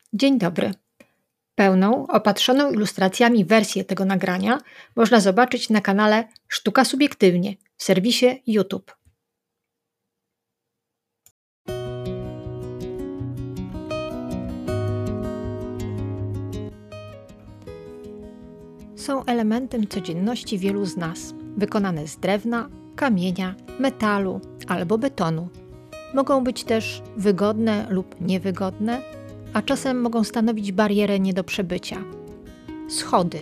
Dzień dobry. Pełną, opatrzoną ilustracjami wersję tego nagrania można zobaczyć na kanale Sztuka Subiektywnie w serwisie YouTube. Są elementem codzienności wielu z nas, wykonane z drewna, kamienia, metalu albo betonu. Mogą być też wygodne lub niewygodne, a czasem mogą stanowić barierę nie do przebycia. Schody.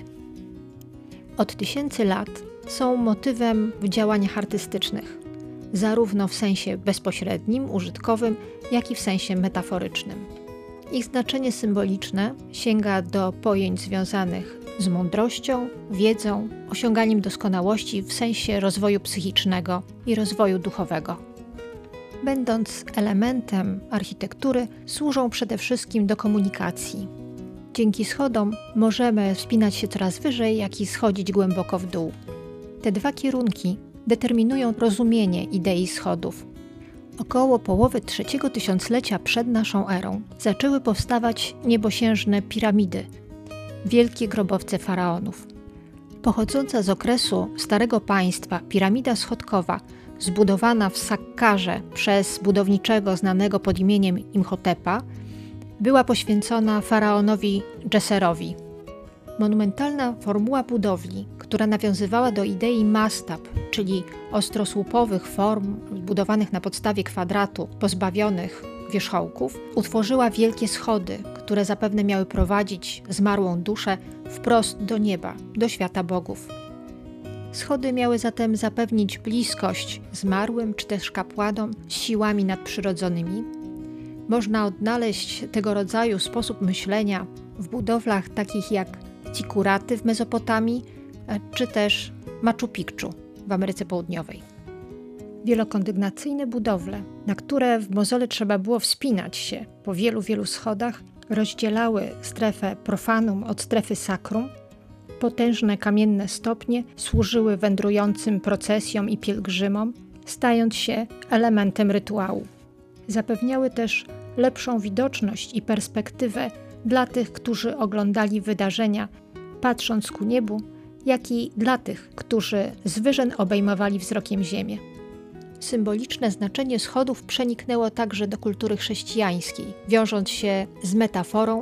Od tysięcy lat są motywem w działaniach artystycznych, zarówno w sensie bezpośrednim, użytkowym, jak i w sensie metaforycznym. Ich znaczenie symboliczne sięga do pojęć związanych z mądrością, wiedzą, osiąganiem doskonałości w sensie rozwoju psychicznego i rozwoju duchowego. Będąc elementem architektury, służą przede wszystkim do komunikacji. Dzięki schodom możemy wspinać się coraz wyżej, jak i schodzić głęboko w dół. Te dwa kierunki determinują rozumienie idei schodów. Około połowy trzeciego tysiąclecia przed naszą erą zaczęły powstawać niebosiężne piramidy, wielkie grobowce faraonów. Pochodząca z okresu Starego Państwa piramida schodkowa, zbudowana w Sakkarze przez budowniczego znanego pod imieniem Imhotepa, była poświęcona faraonowi Dżeserowi. Monumentalna formuła budowli, która nawiązywała do idei mastab, czyli ostrosłupowych form zbudowanych na podstawie kwadratu, pozbawionych wierzchołków, utworzyła wielkie schody, które zapewne miały prowadzić zmarłą duszę wprost do nieba, do świata bogów. Schody miały zatem zapewnić bliskość zmarłym czy też kapłanom z siłami nadprzyrodzonymi. Można odnaleźć tego rodzaju sposób myślenia w budowlach takich jak Cikuraty w Mezopotamii, czy też Machu Picchu w Ameryce Południowej. Wielokondygnacyjne budowle, na które w mozole trzeba było wspinać się po wielu schodach, rozdzielały strefę profanum od strefy sacrum. Potężne kamienne stopnie służyły wędrującym procesjom i pielgrzymom, stając się elementem rytuału. Zapewniały też lepszą widoczność i perspektywę dla tych, którzy oglądali wydarzenia, patrząc ku niebu, jak i dla tych, którzy z wyżyn obejmowali wzrokiem ziemię. Symboliczne znaczenie schodów przeniknęło także do kultury chrześcijańskiej, wiążąc się z metaforą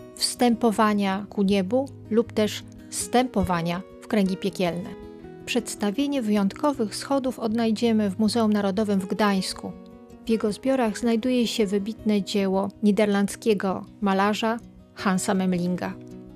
wstępowania ku niebu lub też zstępowania w kręgi piekielne. Przedstawienie wyjątkowych schodów odnajdziemy w Muzeum Narodowym w Gdańsku. W jego zbiorach znajduje się wybitne dzieło niderlandzkiego malarza Hansa Memlinga.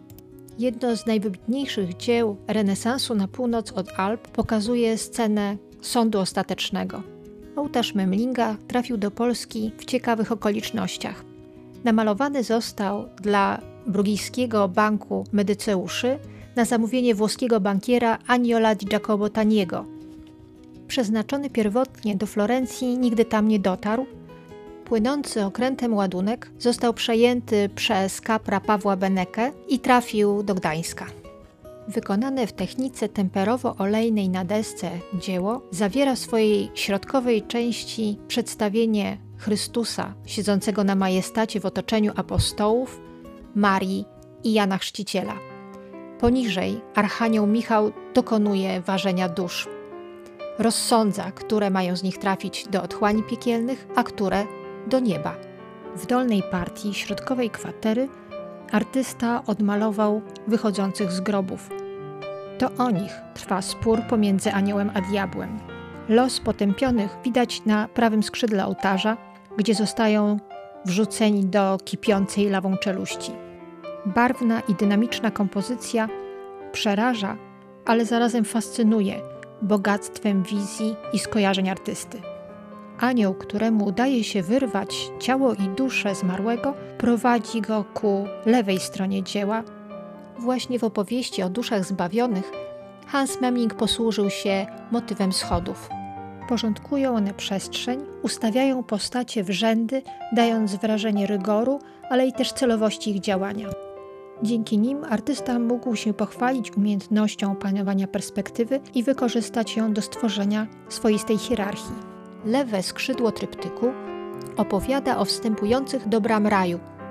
Jedno z najwybitniejszych dzieł renesansu na północ od Alp pokazuje scenę sądu ostatecznego. Ołtarz Memlinga trafił do Polski w ciekawych okolicznościach. Namalowany został dla Brugijskiego Banku Medyceuszy na zamówienie włoskiego bankiera Agniola di Giacomo Taniego. Przeznaczony pierwotnie do Florencji nigdy tam nie dotarł. Płynący okrętem ładunek został przejęty przez kapra Pawła Benekę i trafił do Gdańska. Wykonane w technice temperowo-olejnej na desce dzieło zawiera w swojej środkowej części przedstawienie Chrystusa siedzącego na majestacie w otoczeniu apostołów, Marii i Jana Chrzciciela. Poniżej archanioł Michał dokonuje ważenia dusz. Rozsądza, które mają z nich trafić do otchłani piekielnych, a które do nieba. W dolnej partii środkowej kwatery artysta odmalował wychodzących z grobów. To o nich trwa spór pomiędzy aniołem a diabłem. Los potępionych widać na prawym skrzydle ołtarza, gdzie zostają wrzuceni do kipiącej lawą czeluści. Barwna i dynamiczna kompozycja przeraża, ale zarazem fascynuje bogactwem wizji i skojarzeń artysty. Anioł, któremu udaje się wyrwać ciało i duszę zmarłego, prowadzi go ku lewej stronie dzieła. Właśnie w opowieści o duszach zbawionych Hans Memling posłużył się motywem schodów. Porządkują one przestrzeń, ustawiają postacie w rzędy, dając wrażenie rygoru, ale i też celowości ich działania. Dzięki nim artysta mógł się pochwalić umiejętnością opanowania perspektywy i wykorzystać ją do stworzenia swoistej hierarchii. Lewe skrzydło tryptyku opowiada o wstępujących do bram raju.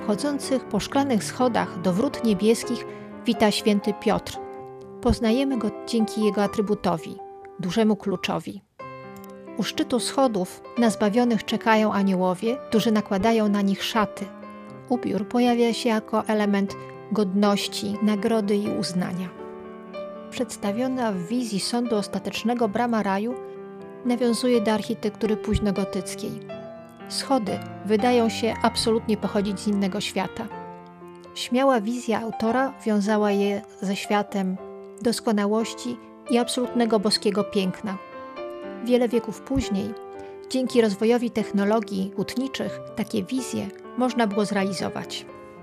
Wchodzących po szklanych schodach do wrót niebieskich wita święty Piotr. Poznajemy go dzięki jego atrybutowi, dużemu kluczowi. U szczytu schodów na zbawionych czekają aniołowie, którzy nakładają na nich szaty. Ubiór pojawia się jako element godności, nagrody i uznania. Przedstawiona w wizji sądu ostatecznego brama raju nawiązuje do architektury późnogotyckiej. Schody wydają się absolutnie pochodzić z innego świata. Śmiała wizja autora wiązała je ze światem doskonałości i absolutnego boskiego piękna. Wiele wieków później, dzięki rozwojowi technologii hutniczych, takie wizje można było zrealizować.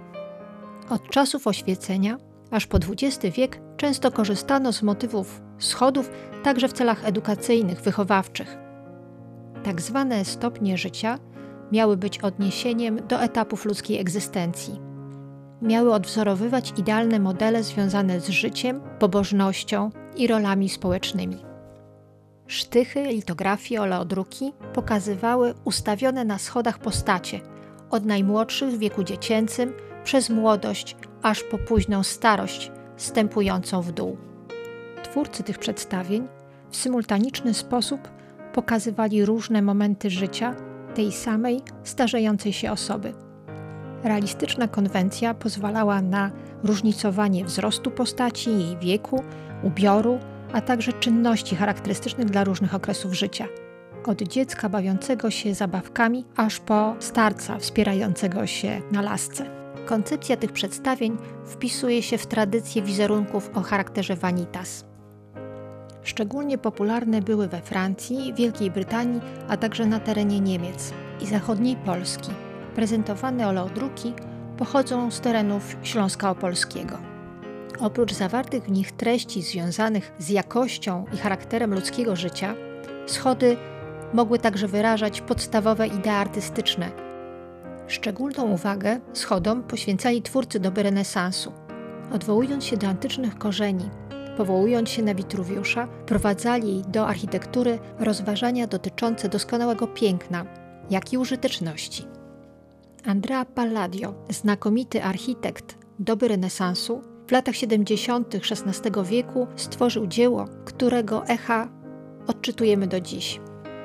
Od czasów oświecenia aż po XX wiek często korzystano z motywów schodów także w celach edukacyjnych, wychowawczych. Tak zwane stopnie życia miały być odniesieniem do etapów ludzkiej egzystencji. Miały odwzorowywać idealne modele związane z życiem, pobożnością i rolami społecznymi. Sztychy, litografie, oleodruki pokazywały ustawione na schodach postacie, od najmłodszych w wieku dziecięcym, przez młodość, aż po późną starość, stępującą w dół. Twórcy tych przedstawień w symultaniczny sposób pokazywali różne momenty życia tej samej, starzejącej się osoby. Realistyczna konwencja pozwalała na różnicowanie wzrostu postaci, jej wieku, ubioru, a także czynności charakterystycznych dla różnych okresów życia. Od dziecka bawiącego się zabawkami, aż po starca wspierającego się na lasce. Koncepcja tych przedstawień wpisuje się w tradycję wizerunków o charakterze vanitas. Szczególnie popularne były we Francji, Wielkiej Brytanii, a także na terenie Niemiec i zachodniej Polski. Prezentowane oleodruki pochodzą z terenów Śląska Opolskiego. Oprócz zawartych w nich treści związanych z jakością i charakterem ludzkiego życia, schody mogły także wyrażać podstawowe idee artystyczne. Szczególną uwagę schodom poświęcali twórcy doby renesansu. Odwołując się do antycznych korzeni, powołując się na Witruwiusza, prowadzali do architektury rozważania dotyczące doskonałego piękna, jak i użyteczności. Andrea Palladio, znakomity architekt doby renesansu, w latach 70. XVI wieku stworzył dzieło, którego echa odczytujemy do dziś.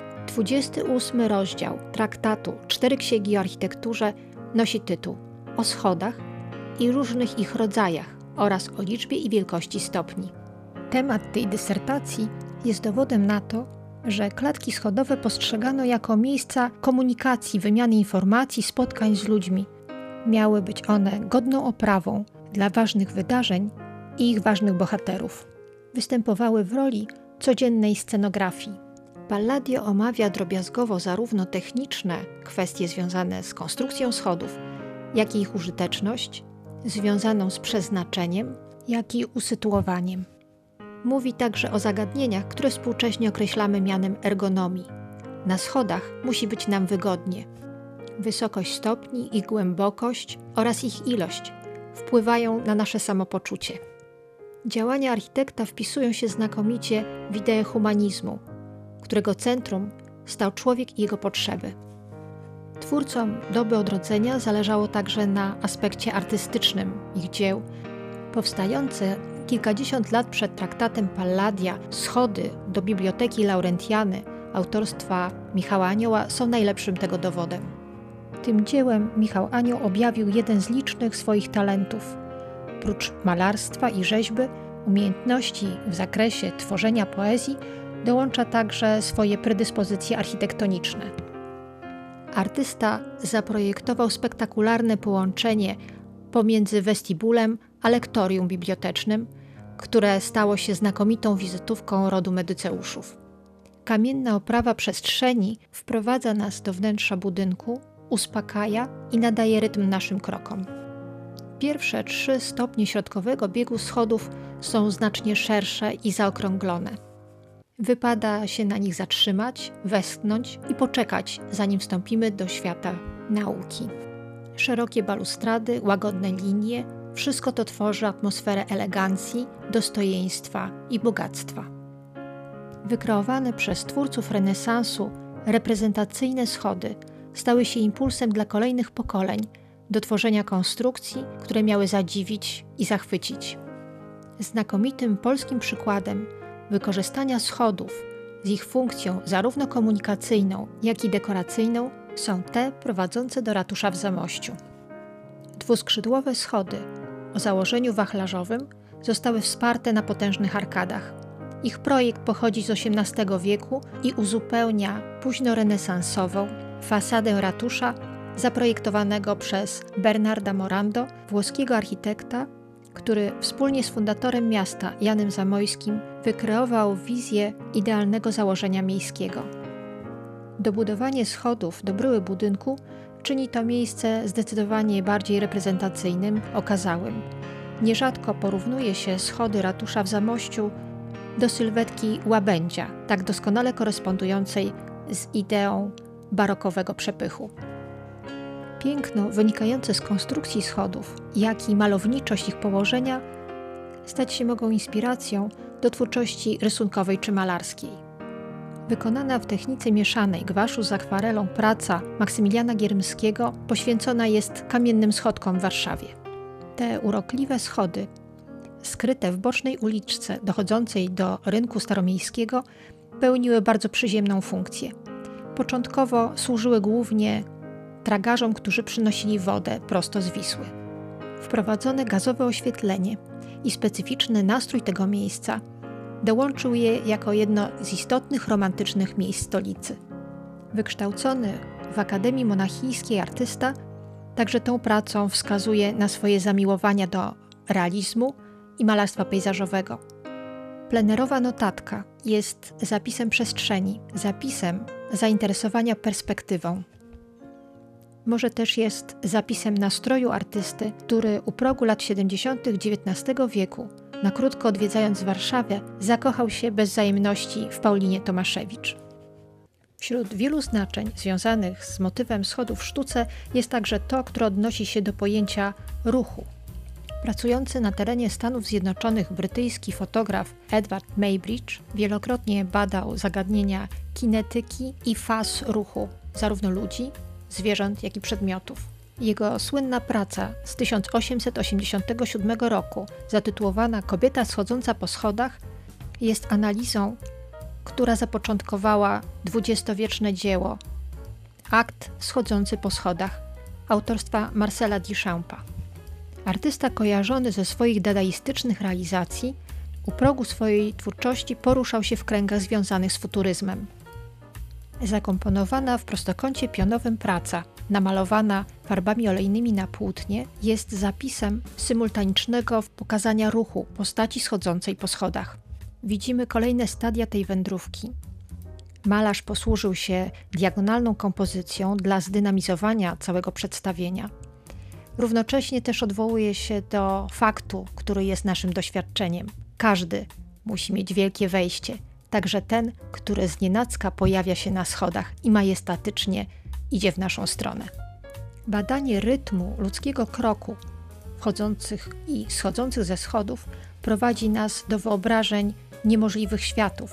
28 rozdział traktatu 4 księgi o architekturze nosi tytuł O schodach i różnych ich rodzajach oraz o liczbie i wielkości stopni. Temat tej dysertacji jest dowodem na to, że klatki schodowe postrzegano jako miejsca komunikacji, wymiany informacji, spotkań z ludźmi. Miały być one godną oprawą dla ważnych wydarzeń i ich ważnych bohaterów. Występowały w roli codziennej scenografii. Palladio omawia drobiazgowo zarówno techniczne kwestie związane z konstrukcją schodów, jak i ich użyteczność, związaną z przeznaczeniem, jak i usytuowaniem. Mówi także o zagadnieniach, które współcześnie określamy mianem ergonomii. Na schodach musi być nam wygodnie. Wysokość stopni, ich głębokość oraz ich ilość wpływają na nasze samopoczucie. Działania architekta wpisują się znakomicie w ideę humanizmu, którego centrum stał człowiek i jego potrzeby. Twórcom doby odrodzenia zależało także na aspekcie artystycznym ich dzieł. Powstające kilkadziesiąt lat przed traktatem Palladia schody do Biblioteki Laurentiany autorstwa Michała Anioła są najlepszym tego dowodem. Tym dziełem Michał Anioł objawił jeden z licznych swoich talentów. Prócz malarstwa i rzeźby, umiejętności w zakresie tworzenia poezji dołącza także swoje predyspozycje architektoniczne. Artysta zaprojektował spektakularne połączenie pomiędzy westibulem a lektorium bibliotecznym, które stało się znakomitą wizytówką rodu Medyceuszów. Kamienna oprawa przestrzeni wprowadza nas do wnętrza budynku, uspokaja i nadaje rytm naszym krokom. Pierwsze 3 stopnie środkowego biegu schodów są znacznie szersze i zaokrąglone. Wypada się na nich zatrzymać, westchnąć i poczekać, zanim wstąpimy do świata nauki. Szerokie balustrady, łagodne linie, wszystko to tworzy atmosferę elegancji, dostojeństwa i bogactwa. Wykreowane przez twórców renesansu reprezentacyjne schody stały się impulsem dla kolejnych pokoleń, do tworzenia konstrukcji, które miały zadziwić i zachwycić. Znakomitym polskim przykładem wykorzystania schodów z ich funkcją zarówno komunikacyjną, jak i dekoracyjną są te prowadzące do ratusza w Zamościu. Dwuskrzydłowe schody o założeniu wachlarzowym zostały wsparte na potężnych arkadach. Ich projekt pochodzi z XVIII wieku i uzupełnia późnorenesansową fasadę ratusza zaprojektowanego przez Bernarda Morando, włoskiego architekta, który wspólnie z fundatorem miasta Janem Zamojskim wykreował wizję idealnego założenia miejskiego. Dobudowanie schodów do bryły budynku czyni to miejsce zdecydowanie bardziej reprezentacyjnym, okazałym. Nierzadko porównuje się schody ratusza w Zamościu do sylwetki łabędzia, tak doskonale korespondującej z ideą barokowego przepychu. Piękno wynikające z konstrukcji schodów, jak i malowniczość ich położenia stać się mogą inspiracją do twórczości rysunkowej czy malarskiej. Wykonana w technice mieszanej gwaszu z akwarelą praca Maksymiliana Gierymskiego poświęcona jest kamiennym schodkom w Warszawie. Te urokliwe schody, skryte w bocznej uliczce dochodzącej do rynku staromiejskiego, pełniły bardzo przyziemną funkcję. Początkowo służyły głównie tragarzom, którzy przynosili wodę prosto z Wisły. Wprowadzone gazowe oświetlenie i specyficzny nastrój tego miejsca dołączył je jako jedno z istotnych romantycznych miejsc stolicy. Wykształcony w Akademii Monachijskiej artysta także tą pracą wskazuje na swoje zamiłowania do realizmu i malarstwa pejzażowego. Plenerowa notatka jest zapisem przestrzeni, zapisem zainteresowania perspektywą. Może też jest zapisem nastroju artysty, który u progu lat 70. XIX wieku, na krótko odwiedzając Warszawę, zakochał się bez wzajemności w Paulinie Tomaszewicz. Wśród wielu znaczeń związanych z motywem schodów w sztuce jest także to, które odnosi się do pojęcia ruchu. Pracujący na terenie Stanów Zjednoczonych brytyjski fotograf Edward Maybridge wielokrotnie badał zagadnienia kinetyki i faz ruchu zarówno ludzi, zwierząt, jak i przedmiotów. Jego słynna praca z 1887 roku, zatytułowana Kobieta schodząca po schodach, jest analizą, która zapoczątkowała dwudziestowieczne dzieło Akt schodzący po schodach autorstwa Marcela Duchampa. Artysta kojarzony ze swoich dadaistycznych realizacji u progu swojej twórczości poruszał się w kręgach związanych z futuryzmem. Zakomponowana w prostokącie pionowym praca, namalowana farbami olejnymi na płótnie, jest zapisem symultanicznego pokazania ruchu postaci schodzącej po schodach. Widzimy kolejne stadia tej wędrówki. Malarz posłużył się diagonalną kompozycją dla zdynamizowania całego przedstawienia. Równocześnie też odwołuje się do faktu, który jest naszym doświadczeniem. Każdy musi mieć wielkie wejście, także ten, który znienacka pojawia się na schodach i majestatycznie idzie w naszą stronę. Badanie rytmu ludzkiego kroku wchodzących i schodzących ze schodów prowadzi nas do wyobrażeń niemożliwych światów.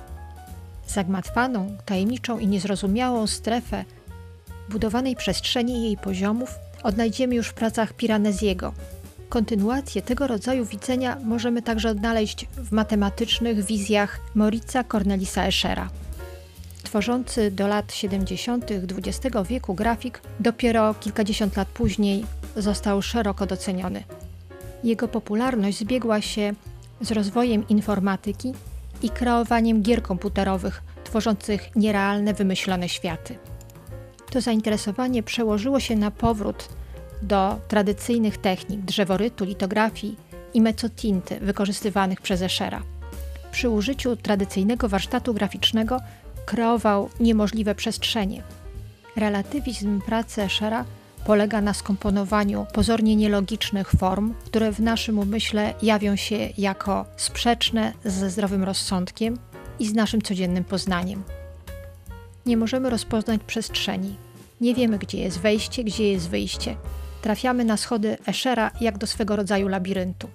Zagmatwaną, tajemniczą i niezrozumiałą strefę budowanej przestrzeni i jej poziomów odnajdziemy już w pracach Piranesiego. Kontynuację tego rodzaju widzenia możemy także odnaleźć w matematycznych wizjach Moritza Cornelisa Eschera. Tworzący do lat 70. XX wieku grafik dopiero kilkadziesiąt lat później został szeroko doceniony. Jego popularność zbiegła się z rozwojem informatyki i kreowaniem gier komputerowych tworzących nierealne, wymyślone światy. To zainteresowanie przełożyło się na powrót do tradycyjnych technik drzeworytu, litografii i mezzotinty wykorzystywanych przez Eschera. Przy użyciu tradycyjnego warsztatu graficznego kreował niemożliwe przestrzenie. Relatywizm pracy Eschera polega na skomponowaniu pozornie nielogicznych form, które w naszym umyśle jawią się jako sprzeczne ze zdrowym rozsądkiem i z naszym codziennym poznaniem. Nie możemy rozpoznać przestrzeni. Nie wiemy, gdzie jest wejście, gdzie jest wyjście. Trafiamy na schody Eschera jak do swego rodzaju labiryntu.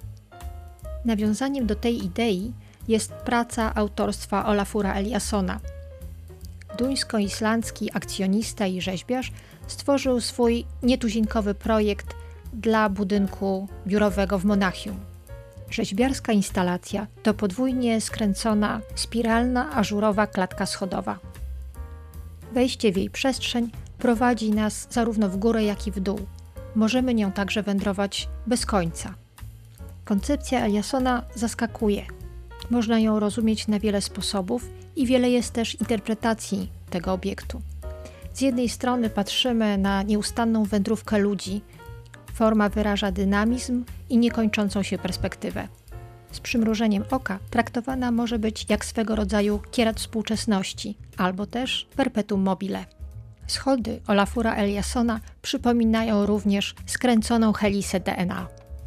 Nawiązaniem do tej idei jest praca autorstwa Olafura Eliassona. duńsko-islandzki akcjonista i rzeźbiarz stworzył swój nietuzinkowy projekt dla budynku biurowego w Monachium. Rzeźbiarska instalacja to podwójnie skręcona, spiralna, ażurowa klatka schodowa. Wejście w jej przestrzeń prowadzi nas zarówno w górę, jak i w dół. Możemy nią także wędrować bez końca. Koncepcja Eliassona zaskakuje. Można ją rozumieć na wiele sposobów i wiele jest też interpretacji tego obiektu. Z jednej strony patrzymy na nieustanną wędrówkę ludzi. Forma wyraża dynamizm i niekończącą się perspektywę. Z przymrużeniem oka traktowana może być jak swego rodzaju kierat współczesności, albo też perpetuum mobile. Schody Olafura Eliassona przypominają również skręconą helisę DNA.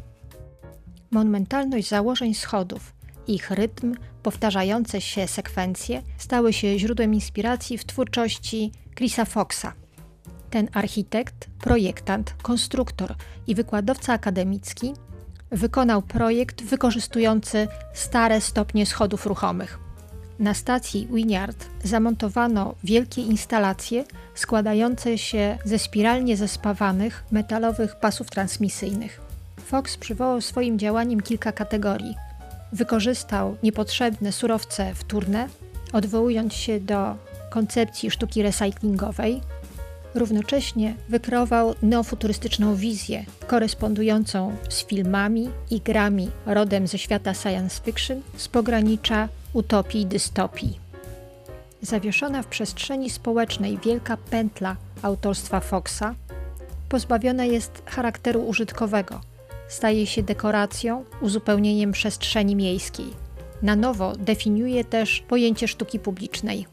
Monumentalność założeń schodów, ich rytm, powtarzające się sekwencje stały się źródłem inspiracji w twórczości Chrisa Foxa. Ten architekt, projektant, konstruktor i wykładowca akademicki wykonał projekt wykorzystujący stare stopnie schodów ruchomych. Na stacji Wynyard zamontowano wielkie instalacje składające się ze spiralnie zespawanych metalowych pasów transmisyjnych. Fox przywołał swoim działaniem kilka kategorii. Wykorzystał niepotrzebne surowce wtórne, odwołując się do koncepcji sztuki recyklingowej. Równocześnie wykreował neofuturystyczną wizję korespondującą z filmami i grami rodem ze świata science fiction z pogranicza utopii i dystopii. Zawieszona w przestrzeni społecznej wielka pętla autorstwa Foxa pozbawiona jest charakteru użytkowego. Staje się dekoracją, uzupełnieniem przestrzeni miejskiej. Na nowo definiuje też pojęcie sztuki publicznej.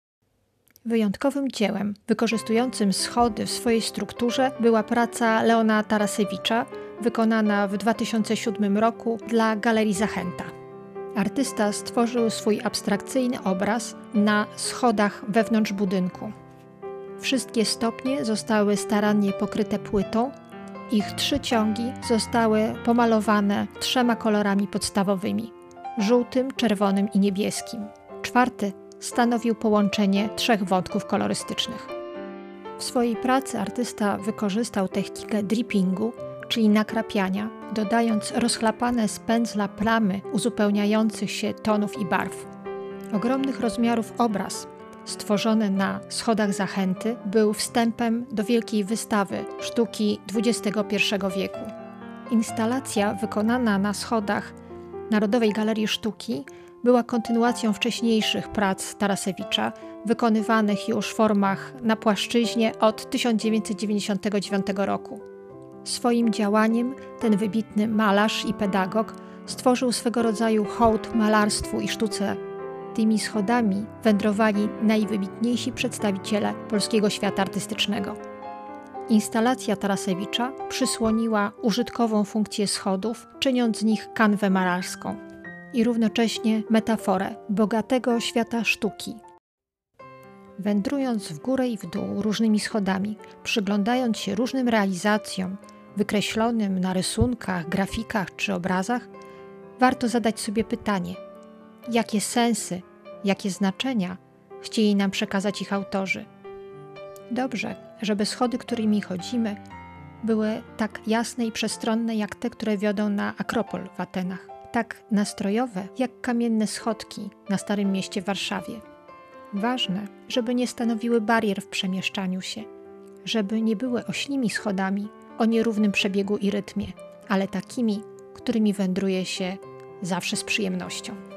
Wyjątkowym dziełem wykorzystującym schody w swojej strukturze była praca Leona Tarasewicza, wykonana w 2007 roku dla Galerii Zachęta. Artysta stworzył swój abstrakcyjny obraz na schodach wewnątrz budynku. Wszystkie stopnie zostały starannie pokryte płytą. Ich 3 ciągi zostały pomalowane 3 kolorami podstawowymi: żółtym, czerwonym i niebieskim. 4. stanowił połączenie 3 wątków kolorystycznych. W swojej pracy artysta wykorzystał technikę drippingu, czyli nakrapiania, dodając rozchlapane z pędzla plamy uzupełniających się tonów i barw. Ogromnych rozmiarów obraz, stworzony na schodach Zachęty, był wstępem do wielkiej wystawy sztuki XXI wieku. Instalacja wykonana na schodach Narodowej Galerii Sztuki była kontynuacją wcześniejszych prac Tarasewicza, wykonywanych już w formach na płaszczyźnie od 1999 roku. Swoim działaniem ten wybitny malarz i pedagog stworzył swego rodzaju hołd malarstwu i sztuce. Tymi schodami wędrowali najwybitniejsi przedstawiciele polskiego świata artystycznego. Instalacja Tarasewicza przysłoniła użytkową funkcję schodów, czyniąc z nich kanwę malarską i równocześnie metaforę bogatego świata sztuki. Wędrując w górę i w dół różnymi schodami, przyglądając się różnym realizacjom wykreślonym na rysunkach, grafikach czy obrazach, warto zadać sobie pytanie, jakie sensy, jakie znaczenia chcieli nam przekazać ich autorzy. Dobrze, żeby schody, którymi chodzimy, były tak jasne i przestronne jak te, które wiodą na Akropol w Atenach, tak nastrojowe jak kamienne schodki na Starym Mieście w Warszawie. Ważne, żeby nie stanowiły barier w przemieszczaniu się, żeby nie były oślimi schodami o nierównym przebiegu i rytmie, ale takimi, którymi wędruje się zawsze z przyjemnością.